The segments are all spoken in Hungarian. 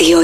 Rádió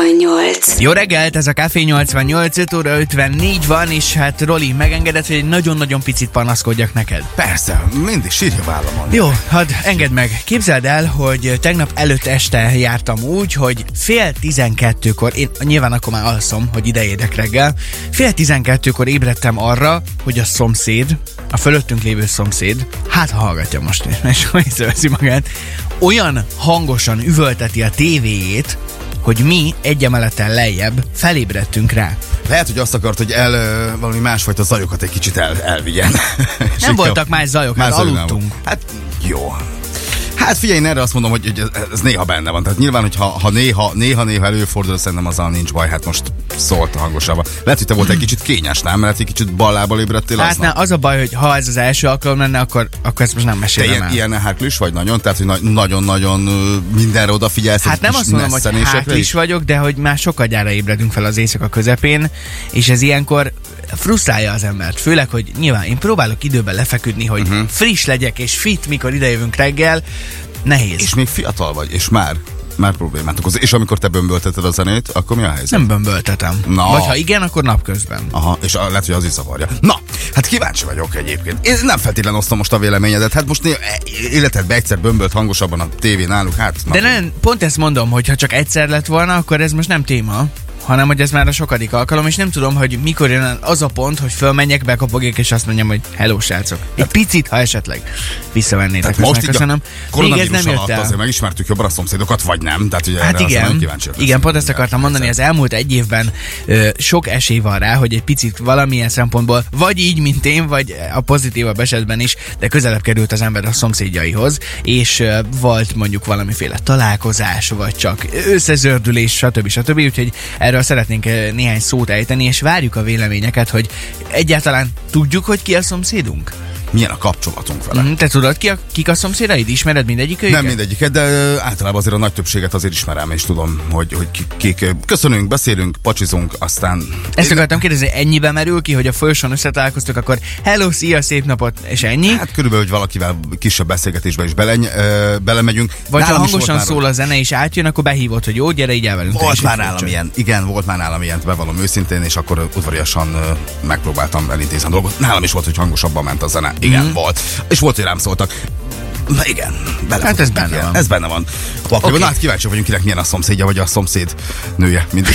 88. Jó reggelt, ez a Café 88, 5 óra 54 van, és hát Roli, megengedett, hogy egy nagyon-nagyon picit panaszkodjak neked? Persze, mindig sírja vállamon. Jó, hadd engedd meg. Képzeld el, hogy tegnap előtt este jártam úgy, hogy 11:30-kor, én nyilván akkor már alszom, hogy ide érek reggel, 11:30-kor ébredtem arra, hogy a szomszéd, a fölöttünk lévő szomszéd, hát ha hallgatja most is, és észreveszi magát, olyan hangosan üvölteti a tévéjét, hogy mi egy emeleten lejjebb felébredtünk rá. Lehet, hogy azt akart, hogy valami másfajta zajokat egy kicsit elvigyen. Nem voltak más zajok, hát aludtunk. Hát jó. Hát figyelj, én erre azt mondom, hogy ez néha benne van. Tehát nyilván, hogy ha néha előfordul, szerintem azzal nincs baj. Hát most szólt hangosabban. Lehet, hogy te volt egy kicsit kényes, nem? Lehet, hogy kicsit ballából ébredtél aznap. Hát az a baj, hogy ha ez az első alkalom lenne, akkor ezt most nem mesélem el. Te ilyen háklis vagy nagyon? Tehát, hogy nagyon-nagyon mindenre odafigyelsz. Hát nem azt mondom, hogy háklis vagyok, de hogy már sokagyára ébredünk fel az éjszaka közepén, és ez ilyenkor frusztrálja az embert. Főleg, hogy nyilván én próbálok időben lefeküdni, hogy friss legyek és fit, mikor idejövünk reggel. Nehéz. És még fiatal vagy, és már problémát okoz. És amikor te bömbölteted a zenét, akkor mi a helyzet? Nem bömböltetem. Na. Vagy ha igen, akkor napközben. Aha, és lehet, hogy az is zavarja. Na, hát kíváncsi vagyok egyébként. Én nem feltétlenül osztom most a véleményedet. Hát most életedben egyszer bömbölt hangosabban a tévé náluk, hát... De nem, pont ezt mondom, hogy ha csak egyszer lett volna, akkor ez most nem téma, hanem hogy ez már a sokadik alkalom, és nem tudom, hogy mikor jön az a pont, hogy fölmenjek, bekopogjuk, és azt mondjam, hogy hello, srácok. Egy picit, ha esetleg visszavennétek. Most köszönöm. Még ez nem jött el. Azért megismertük jobban a szomszédokat, vagy nem? Tehát ugye hát igen, pont ezt akartam mondani, az elmúlt egy évben sok esély van rá, hogy egy picit valamilyen szempontból, vagy így, mint én, vagy a pozitívabb esetben is, de közelebb került az ember a szomszédjaihoz, és volt mondjuk valamiféle találkozás, vagy csak összezördülés, stb. Úgyhogy erről szeretnénk néhány szót ejteni, és várjuk a véleményeket, hogy egyáltalán tudjuk, hogy ki a szomszédunk? Milyen a kapcsolatunk vele? Te tudod, kik a szomszédaid? Ismered mindegyiküket? Nem mindegyiket, de általában azért a nagy többséget azért ismerem, és tudom, hogy kik köszönünk, beszélünk, pacsizunk, aztán... Ezt akartam kérdezni, ennyiben merül ki, hogy a folyosón összetalálkoztok, akkor hello, szia, szép napot, és ennyi? Hát körülbelül, hogy valakivel kisebb beszélgetésbe is belemegyünk. Vagy ha hangosan szól a zene és átjön, akkor behívod, hogy jó, gyere így elvelünk. Volt már nálam ilyen, igen, volt már nálam ilyen, bevallom őszintén, és akkor udvariasan megpróbáltam elintézni a dolgot. Nálam is volt, hogy hangosabban ment a zene. Igen, volt. És volt, hogy rám szóltak. Na igen, hát ez benne van. Ez benne van. Okay. Na hát kíváncsi vagyunk, kinek milyen a szomszédja, vagy a szomszéd nője. Mindig.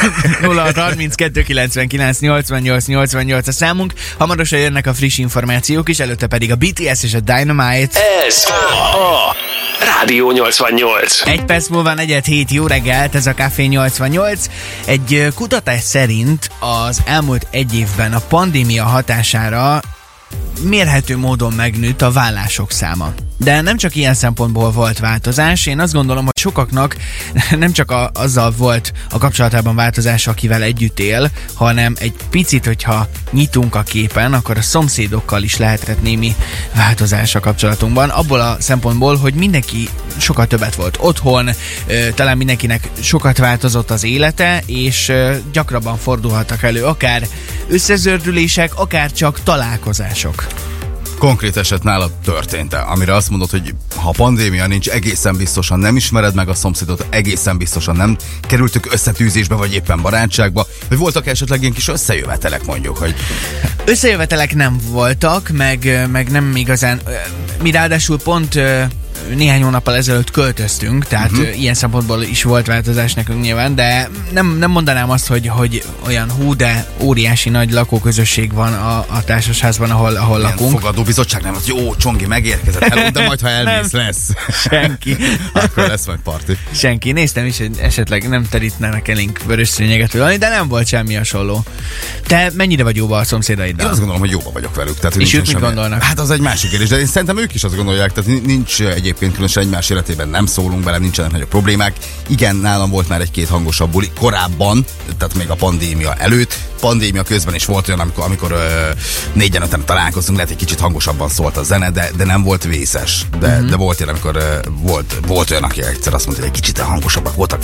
0632 99 88 88 a számunk. Hamarosan jönnek a friss információk is, előtte pedig a BTS és a Dynamite. Ez a Rádió 88. Egy perc múlva 4:07, jó reggelt, ez a Café 88. Egy kutatás szerint az elmúlt egy évben a pandémia hatására mérhető módon megnőtt a vállások száma. De nem csak ilyen szempontból volt változás, én azt gondolom, hogy sokaknak nem csak azzal volt a kapcsolatában változás, akivel együtt él, hanem egy picit, hogyha nyitunk a képen, akkor a szomszédokkal is lehetett némi változás a kapcsolatunkban. Abból a szempontból, hogy mindenki sokkal többet volt otthon, talán mindenkinek sokat változott az élete, és gyakrabban fordulhattak elő akár összezördülések, akár csak találkozások. Konkrét eset nálad történt-e, amire azt mondod, hogy ha pandémia nincs, egészen biztosan nem ismered meg a szomszédot, egészen biztosan nem kerültök összetűzésbe, vagy éppen barátságba, vagy voltak esetleg ilyen kis összejövetelek, mondjuk, hogy... Összejövetelek nem voltak, meg nem igazán... Mi ráadásul pont... néhány hónappal ezelőtt költöztünk, tehát ilyen szempontból is volt változás nekünk nyilván, de nem mondanám azt, hogy olyan de óriási nagy lakóközösség van a társasházban, ahol lakunk. Fogadóbizottság nem, az jó, Csongi megérkezett, hello, de majd ha elmész, lesz. Senki. Akkor lesz majd parti. Senki. Néztem is, hogy esetleg nem terítnenek elénk vörös szőnyeget, de nem volt semmi hasonló. Te mennyire vagy jóba a szomszédaiddal? Én azt gondolom, hogy jóba vagyok velük. Tehát, és ők mit gondolnak? Hát az egy másik kérdés, de én szerintem ők is azt gondolják, tehát nincs egyébként különösen egymás életében nem szólunk bele, nincsenek nagyobb problémák. Igen, nálam volt már egy-két hangosabb buli korábban, tehát még a pandémia előtt, pandémia közben is volt olyan, amikor 4-5-en találkoztunk, lehet egy kicsit hangosabban szólt a zene, de nem volt vészes. De volt olyan, amikor volt olyan, aki egyszer azt mondta, hogy egy kicsit hangosabbak voltak,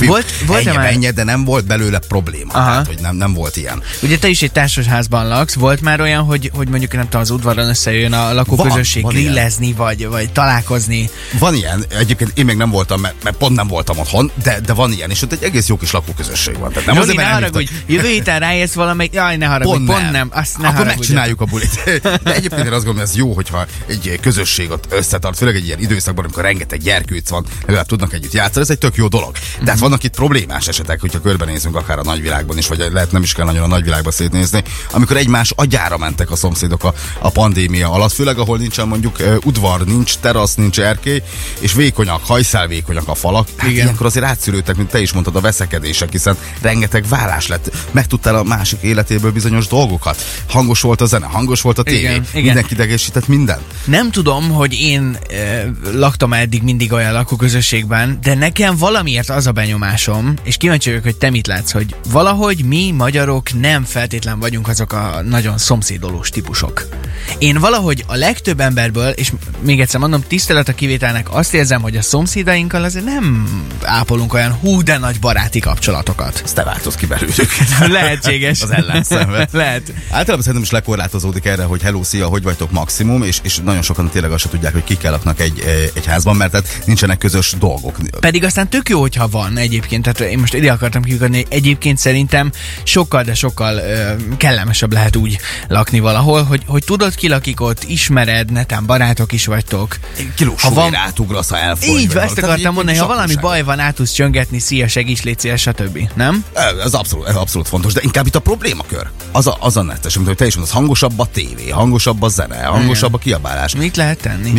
ennyi, de nem volt belőle probléma. Tehát, hogy nem volt ilyen. Ugye te is egy társasházban laksz, volt már olyan, hogy mondjuk nem tudom, az udvaron összejön a lakóközösség grillezni, vagy találkozni? Van ilyen, egyébként én még nem voltam, mert pont nem voltam otthon, de van ilyen, és ott egy egész jó kis lakóközösség van. Tehát nem Zoli, ne haragudj, jövő héten rájössz valamelyik, jaj, ne haragudj, pont nem. Akkor megcsináljuk a bulit. De egyébként én azt gondolom, hogy ez jó, hogyha egy közösség ott összetart, főleg egy ilyen időszakban, amikor rengeteg gyerkőc van, legalább tudnak együtt játszani, ez egy tök jó dolog. Tehát vannak itt problémás esetek, hogyha körbenézünk akár a nagyvilágban is, vagy lehet nem is kell nagyon a nagyvilágba szétnézni, amikor egymás agyára mentek a szomszédok a pandémia alatt, főleg ahol nincsen mondjuk udvar, nincs terasz, nincs erkély, és vékonyak, hajszálvékonyak a falak. Hát ilyenkor azért átszűrődtek, mint te is mondtad, a veszekedések, hiszen rengeteg vállás lett. Megtudtál a másik életéből bizonyos dolgokat. Hangos volt a zene, hangos volt a tévé, mindenki idegesített minden. Nem tudom, hogy én laktam eddig mindig olyan lakóközösségben, de nekem valamiért az a benyomásom, és kíváncsi vagyok, hogy te mit látsz, hogy valahogy mi magyarok nem feltétlen vagyunk azok a nagyon szomszédolós típusok. Én valahogy a legtöbb emberből, és még egyszer mondom, tisztelet a kivételnek, azt érzem, hogy a szomszédainkkal azért nem ápolunk olyan de nagy baráti kapcsolatokat. Ezt te változ ki belőlük. Lehetséges. Az ellenszemben. Lehet. Általában szerintem is lekorlátozódik erre, hogy hello, szia, hogy vagytok maximum, és nagyon sokan tényleg azt se tudják, hogy kikkel laknak egy házban, mert tehát nincsenek közös dolgok. Pedig aztán tök jó, hogyha van egyébként, tehát én most ide akartam kiukadni, egyébként szerintem sokkal, de sokkal kellemesebb lehet úgy lakni valahol, hogy tudod, ki lakik ott, ismered, netán barátok is vagytok. Kilósúlyra átugrasz, ha elfogy. Így, ezt akartam mondani, ha valami baj van, át tudsz csöngetni, szia, segíts, légy szíves, stb. Nem? Ez abszolút fontos, de inkább itt a problémakör. Az a netes, mint hogy te is mondasz, hangosabb a tévé, hangosabb a zene, hangosabb a kiabálás. Mit lehet tenni?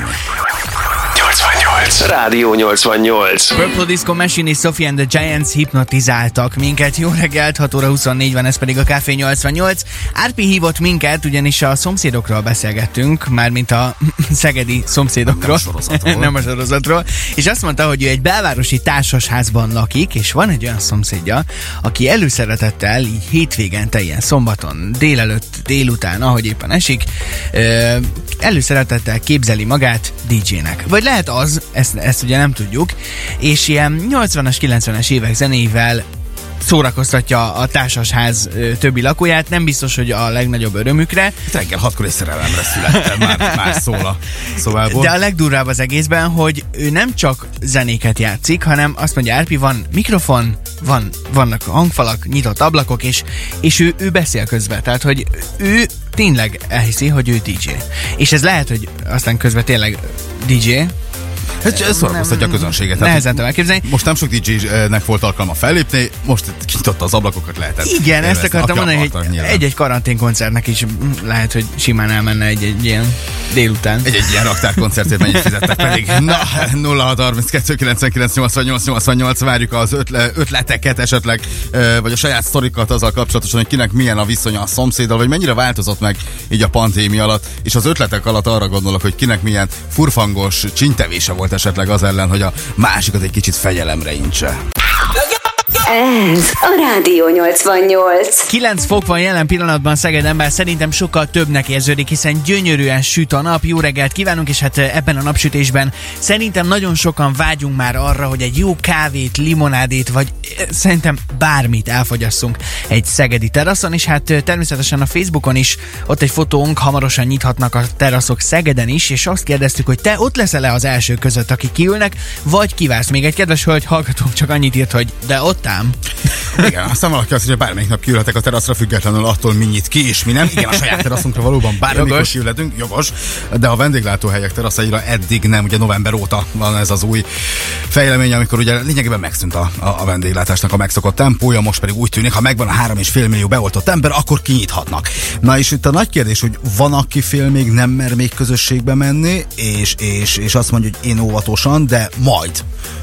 88. Rádió 88. Purple Disco Machine és Sophie and the Giants hipnotizáltak minket. Jó reggelt, 6 óra 24 van, ez pedig a Café 88. Árpi hívott minket, ugyanis a szomszédokról beszélgettünk, mármint a szegedi szomszédokról. Nem a sorozatról. És azt mondta, hogy ő egy belvárosi társasházban lakik, és van egy olyan szomszédja, aki előszeretettel, így hétvégente, ilyen szombaton, délután, ahogy éppen esik, előszeretettel képzeli magát DJ-nek. Vagy lehet az, ezt ugye nem tudjuk, és ilyen 80-as, 90-es évek zenéivel szórakoztatja a társasház többi lakóját, nem biztos, hogy a legnagyobb örömükre. Reggel 6-kor egy szerelemre születtem, már szól a szobából. De a legdurvább az egészben, hogy ő nem csak zenéket játszik, hanem azt mondja, Árpi, van mikrofon, vannak hangfalak, nyitott ablakok, és ő beszél közben. Tehát, hogy ő tényleg elhiszi, hogy ő DJ. És ez lehet, hogy aztán közben tényleg DJ. Ez szórakoztatja a közönséget. Nehezen tudom elképzelni. Most nem sok DJ-nek volt alkalma fellépni, most kinyitotta az ablakokat, lehetett. Igen, ezt akartam mondani, hogy egy koncertnek is lehet, hogy simán elmenne egy ilyen délután. Egy ilyen raktárkoncertért mennyit fizettek pedig. Na, 0632 99 88 88, várjuk az ötleteket esetleg, vagy a saját sztorikat azzal kapcsolatosan, hogy kinek milyen a viszonya a szomszéddal, vagy mennyire változott meg így a pandémia alatt, és az ötletek alatt arra gondolok, hogy kinek milyen furfangos csintevése volt esetleg az ellen, hogy a másikat egy kicsit fegyelemre intse. Ez a Rádió 88. 9 fok van jelen pillanatban Szegeden, bár szerintem sokkal többnek érződik, hiszen gyönyörűen süt a nap. Jó reggelt kívánunk, és hát ebben a napsütésben szerintem nagyon sokan vágyunk már arra, hogy egy jó kávét, limonádét, vagy szerintem bármit elfogyasszunk egy szegedi teraszon, és hát természetesen a Facebookon is ott egy fotónk, hamarosan nyithatnak a teraszok Szegeden is, és azt kérdeztük, hogy te ott leszel-e az első között, akik kiülnek, vagy kivársz. Még egy kedves hölgy hallgatónk csak annyit írt, hogy de ott ám. Igen, aztán valaki azt mondja, hogy bármelyik nap kiülhetek a teraszra, függetlenül attól, mi nyit ki, és mi nem. Igen, a saját teraszunkra valóban bármikor kiülhetünk, jogos, de a vendéglátóhelyek teraszaira eddig nem, ugye november óta van ez az új fejlemény, amikor ugye lényegében megszűnt a vendéglátásnak a megszokott tempója, most pedig úgy tűnik, ha megvan a 3,5 millió beoltott ember, akkor kinyithatnak. Na és itt a nagy kérdés, hogy van, aki fél még nem mer még közösségbe menni, és azt mondja, hogy én óvatosan, de majd.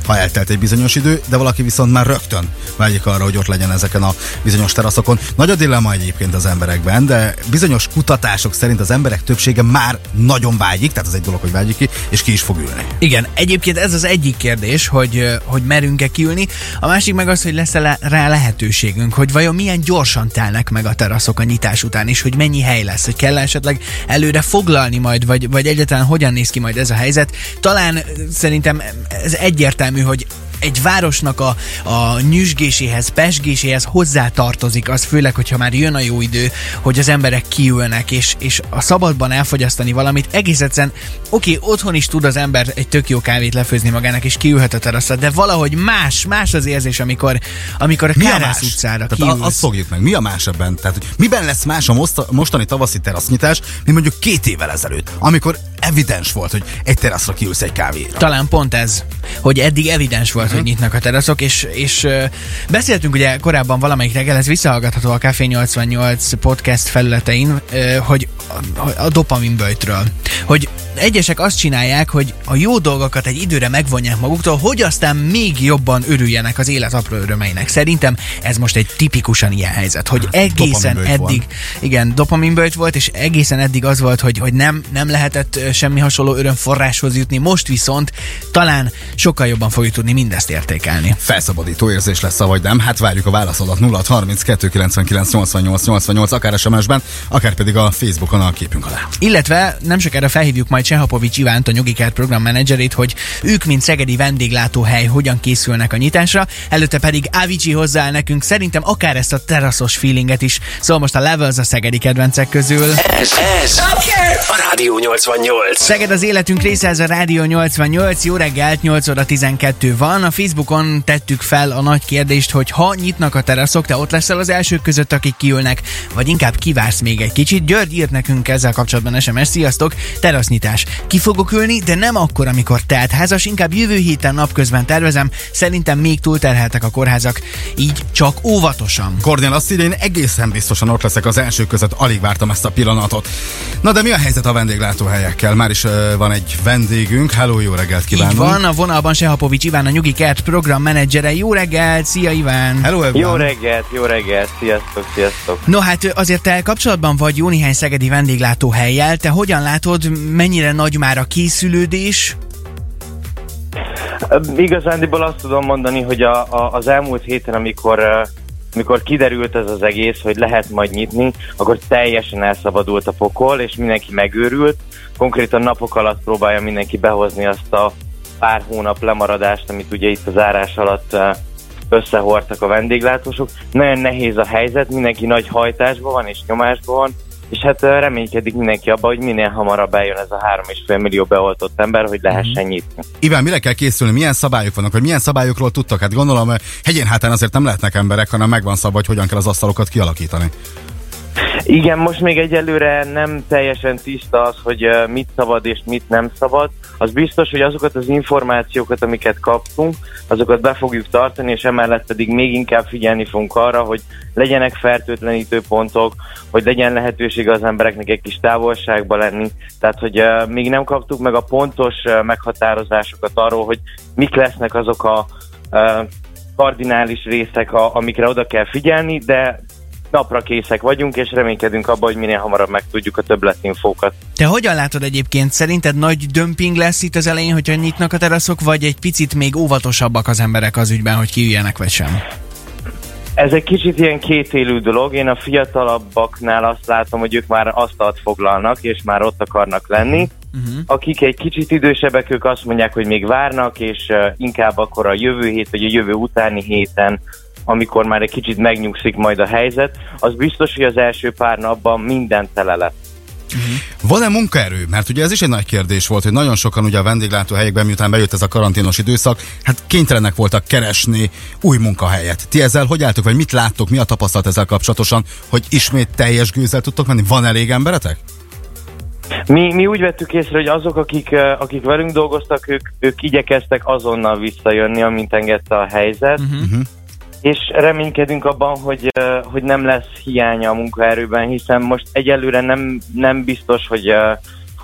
ha eltelt egy bizonyos idő, de valaki viszont már rögtön vágyik arra, hogy ott legyen ezeken a bizonyos teraszokon. Nagy a dilemma egyébként az emberekben, de bizonyos kutatások szerint az emberek többsége már nagyon vágyik, tehát az egy dolog, hogy vágyik és ki is fog ülni. Igen, egyébként ez az egyik kérdés, hogy merünk-e kiülni, a másik meg az, hogy lesz rá lehetőségünk, hogy vajon milyen gyorsan telnek meg a teraszok a nyitás után, és hogy mennyi hely lesz, hogy kell esetleg előre foglalni majd, vagy egyáltalán hogyan néz ki majd ez a helyzet. Talán szerintem ez egyértelmű, hogy egy városnak a nyüzsgéséhez, pesgéséhez hozzátartozik az, főleg, hogyha már jön a jó idő, hogy az emberek kiülnek, és a szabadban elfogyasztani valamit. Egész egyszerűen, oké, otthon is tud az ember egy tök jó kávét lefőzni magának, és kiülhet a teraszra, de valahogy más az érzés, amikor a Kárász utcára kiülsz. Azt fogjuk meg, mi a más ebben? Tehát, hogy miben lesz más a mostani tavaszi terasznyitás, mint mondjuk 2 évvel ezelőtt, amikor evidens volt, hogy egy teraszra kiülsz egy kávéra. Talán pont ez, hogy eddig evidens volt, hogy nyitnak a teraszok, és beszéltünk ugye korábban valamelyik reggel, ez visszahallgatható a Café 88 podcast felületein, hogy a dopaminböjtről, hogy egyesek azt csinálják, hogy a jó dolgokat egy időre megvonják maguktól, hogy aztán még jobban örüljenek az élet apró örömeinek. Szerintem ez most egy tipikusan ilyen helyzet, hogy egészen eddig, igen, dopaminböjt volt, és egészen eddig az volt, hogy nem lehetett semmi hasonló örömforráshoz jutni, most viszont talán sokkal jobban fogjuk tudni mindezt értékelni. Felszabadító érzés lesz, vagy nem? Hát várjuk a válaszodat 0632 99 88 88, akár SMS-ben, akár pedig a Facebookon a képünk alá. Illetve nem sokára felhívjuk majd Csehapovics Ivánt, a Nyugi Kert programmenedzserét, hogy ők, mint szegedi vendéglátóhely, hogyan készülnek a nyitásra. Előtte pedig Avicii hozzááll nekünk, szerintem akár ezt a teraszos feelinget is. Szóval most a Levels a szegedi kedvencek közül. Ez a Rádió 88. Szeged az életünk része, ez a Rádió 88. Jó reggelt, 8 óra 12 van. A Facebookon tettük fel a nagy kérdést, hogy ha nyitnak a teraszok, te ott leszel az elsők között, akik kiülnek, vagy inkább kivársz még egy kicsit. György írt nekünk ezzel kapcsolatban SMS, sziasztok, terasznyitás. Ki fogok ülni, de nem akkor, amikor teltházas, inkább jövő héten napközben tervezem. Szerintem még túlterheltek a kórházak, így csak óvatosan. Kornél azt írja, én egészen biztosan ott leszek az elsők között, alig vártam ezt a pillanatot. Na de mi a helyzet a vendéglátóhelyekkel? Már is van egy vendégünk. Hello, jó reggelt kívánunk. Így van, a vonalban Csehapovics Iván, a Nyugi Kert programmenedzsere. Jó reggelt, szia Iván! Hello, Iván. Jó reggelt, sziasztok! No hát azért te kapcsolatban vagy jó néhány szegedi vendéglátóhellyel, te hogyan látod, mennyire nagy már a készülődés? Igazándiból azt tudom mondani, hogy az elmúlt héten, amikor kiderült ez az egész, hogy lehet majd nyitni, akkor teljesen elszabadult a pokol, és mindenki megőrült. Konkrétan napok alatt próbálja mindenki behozni azt a pár hónap lemaradást, amit ugye itt a zárás alatt összehordtak a vendéglátósok. Nagyon nehéz a helyzet, mindenki nagy hajtásban van és nyomásban van, és hát reménykedik mindenki abban, hogy minél hamarabb eljön ez a 3,5 millió beoltott ember, hogy lehessen nyitni. Iván, mire kell készülni? Milyen szabályok vannak, vagy milyen szabályokról tudtak? Hát gondolom, hegyén hátán azért nem lehetnek emberek, hanem megvan szabva, hogy hogyan kell az asztalokat kialakítani. Igen, most még egyelőre nem teljesen tiszta az, hogy mit szabad és mit nem szabad. Az biztos, hogy azokat az információkat, amiket kaptunk, azokat be fogjuk tartani, és emellett pedig még inkább figyelni fogunk arra, hogy legyenek fertőtlenítő pontok, hogy legyen lehetőség az embereknek egy kis távolságba lenni. Tehát, hogy még nem kaptuk meg a pontos meghatározásokat arról, hogy mik lesznek azok a kardinális részek, amikre oda kell figyelni, de napra készek vagyunk, és reménykedünk abban, hogy minél hamarabb megtudjuk a többletinfókat. Te hogyan látod egyébként? Szerinted nagy dömping lesz itt az elején, hogyha nyitnak a teraszok, vagy egy picit még óvatosabbak az emberek az ügyben, hogy kiüljenek, vagy sem? Ez egy kicsit ilyen kétélű dolog. Én a fiatalabbaknál azt látom, hogy ők már asztalt foglalnak, és már ott akarnak lenni. Akik egy kicsit idősebbek, ők azt mondják, hogy még várnak, és inkább akkor a jövő hét, vagy a jövő utáni héten, amikor már egy kicsit megnyugszik majd a helyzet, az biztos, hogy az első pár napban minden tele lesz. Van-e munkaerő? Mert ugye ez is egy nagy kérdés volt, hogy nagyon sokan ugye a vendéglátóhelyekben, miután bejött ez a karanténos időszak, hát kénytelenek voltak keresni új munkahelyet. Ti ezzel hogy álltok, vagy mit láttok, mi a tapasztalat ezzel kapcsolatosan, hogy ismét teljes gőzzel tudtok menni? Van elég emberetek? Mi úgy vettük észre, hogy azok, akik velünk dolgoztak, ők igyekeztek azonnal visszajönni, amint engedte a helyzet. És reménykedünk abban, hogy nem lesz hiánya a munkaerőben, hiszen most egyelőre nem biztos,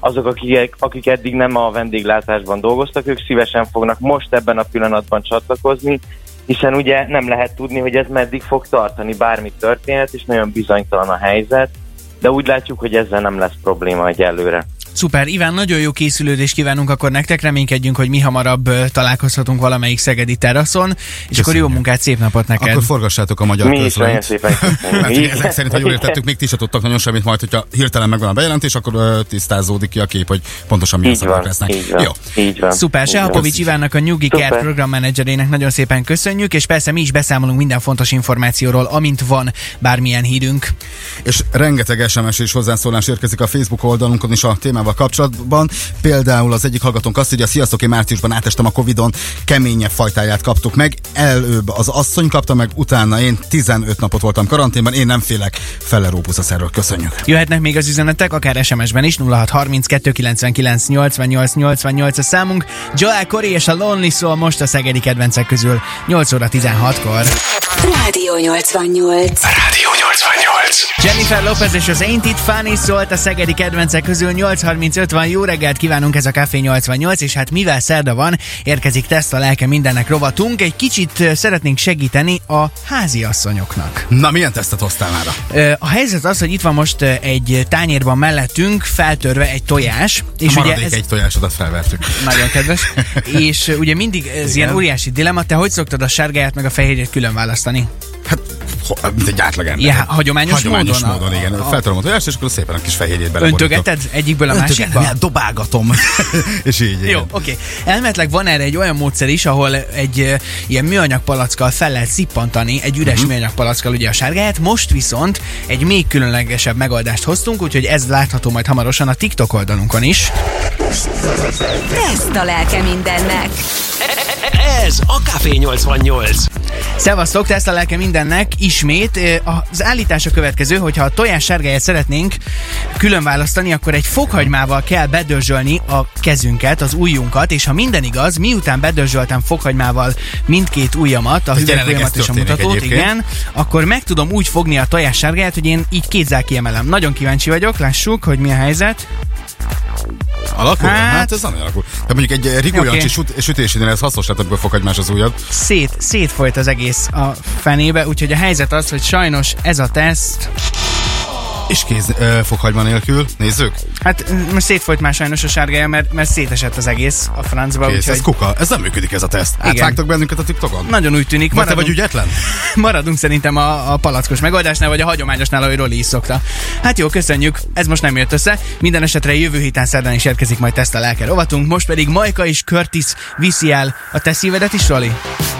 azok, akik eddig nem a vendéglátásban dolgoztak, ők szívesen fognak most ebben a pillanatban csatlakozni, hiszen ugye nem lehet tudni, hogy ez meddig fog tartani, bármi történet, és nagyon bizonytalan a helyzet, de úgy látjuk, hogy ezzel nem lesz probléma egyelőre. Szuper, Iván, nagyon jó készülődést kívánunk akkor nektek, reménykedjünk, hogy mi hamarabb találkozhatunk valamelyik szegedi teraszon, és akkor jó munkát, szép napot neked. Akkor forgassátok a magyar közleményt. Mi is nagyon szépen mert ezek szerint, ha jól értettük, még ti se tudtak nagyon semmit, majd hogyha hirtelen megvan a bejelentés, akkor tisztázódik ki a kép, hogy pontosan milyen szavak lesznek. Jó. Így van. Szuper, Sehapovics Ivánnak, a Nyugi Kert programmenedzserének nagyon szépen köszönjük, és persze mi is beszámolunk minden fontos információról, amint van bármilyen hírünk. És rengeteg SMS és hozzászólás érkezik a Facebook oldalunkon is a témával kapcsolatban. Például az egyik hallgatónk azt írja: sziasztok, én márciusban átestem a Covid-on, keményebb fajtáját kaptuk meg, előbb az asszony kapta meg, utána én 15 napot voltam karanténban, én nem félek, Feller Rópusz erről, köszönjük. Jöhetnek még az üzenetek, akár SMS-ben is, 0632 99 88 88 a számunk. Joel Corey és a Lonely Soul most a szegedi kedvencek közül 8 óra 16-kor. Rádió 88. Rádió 88. Jennifer Lopez és az Ain't It Funny szólt a szegedi kedvencek közül. 8:35 van, jó reggelt kívánunk, ez a Café 88, és hát mivel szerda van, érkezik Teszt a lelke mindennek rovatunk. Egy kicsit szeretnénk segíteni a háziasszonyoknak. Na, milyen tesztet hoztál már? A helyzet az, hogy itt van most egy tányérban mellettünk, feltörve egy tojás. És ugye ez... egy tojásodat felvertük. Nagyon kedves. És ugye mindig ez ilyen óriási dilemma. Te hogy szoktad a sárgáját meg a fehérjét külön választani? Hát, mint egy átlag ember. Ja, hagyományos módon, igen. Feltöröm a tojást, és akkor szépen a kis fehérjét beleborítok. Öntögeted egyikből a másikba? Nem, dobálgatom. És így. Jó, oké. Elméletileg van erre egy olyan módszer is, ahol egy ilyen műanyag palackkal fel lehet szippantani, egy üres műanyag palackkal ugye a sárgáját. Most viszont egy még különlegesebb megoldást hoztunk, úgyhogy ez látható majd hamarosan a TikTok oldalunkon is. Teszt a lelke mindennek. Ez a Café 88. Szevasztok, Teszt a lelke mindennek ismét. Az állítás a következő, hogyha a tojás sárgáját szeretnénk külön választani, akkor egy fokhagymával kell bedörzsölni a kezünket, az ujjunkat, és ha minden igaz, miután bedörzsöltem fokhagymával mindkét ujjamat, a hüvelykujjamat és a mutatót, igen, akkor meg tudom úgy fogni a tojás sárgáját, hogy én így kézzel kiemelem. Nagyon kíváncsi vagyok, lássuk, hogy mi a helyzet. Alakul? Hát ez nem alakul. De mondjuk egy rigójancsi sütésénél ez hasznos lett, amikor fokhagymás az ujjad. Szétfolyt az egész a fenébe, úgyhogy a helyzet az, hogy sajnos ez a teszt... És fokhagyma nélkül, nézzük? Hát most szétfolyt már sajnos a sárgája, mert szétesett az egész a francba. Kész, úgyhogy... ez kuka, ez nem működik ez a teszt. Átvágtak bennünket a TikTokon? Nagyon úgy tűnik. Te vagy ügyetlen? Maradunk szerintem a palackos megoldásnál, vagy a hagyományosnál, ahogy Roli is szokta. Hát jó, köszönjük, ez most nem jött össze. Minden esetre jövő héten szerdán is érkezik majd Teszt a lelke rovatunk. Most pedig Majka és Curtis viszi el a te szívedet is, Roli?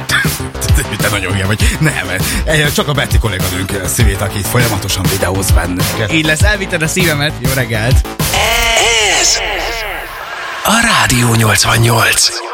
Te nagyon hülye vagy. Nem, csak a Betty kolléganőnk szívét, aki folyamatosan videóz bennünket. Így lesz, elvitted a szívemet. Jó reggelt! Ez a Rádió 88.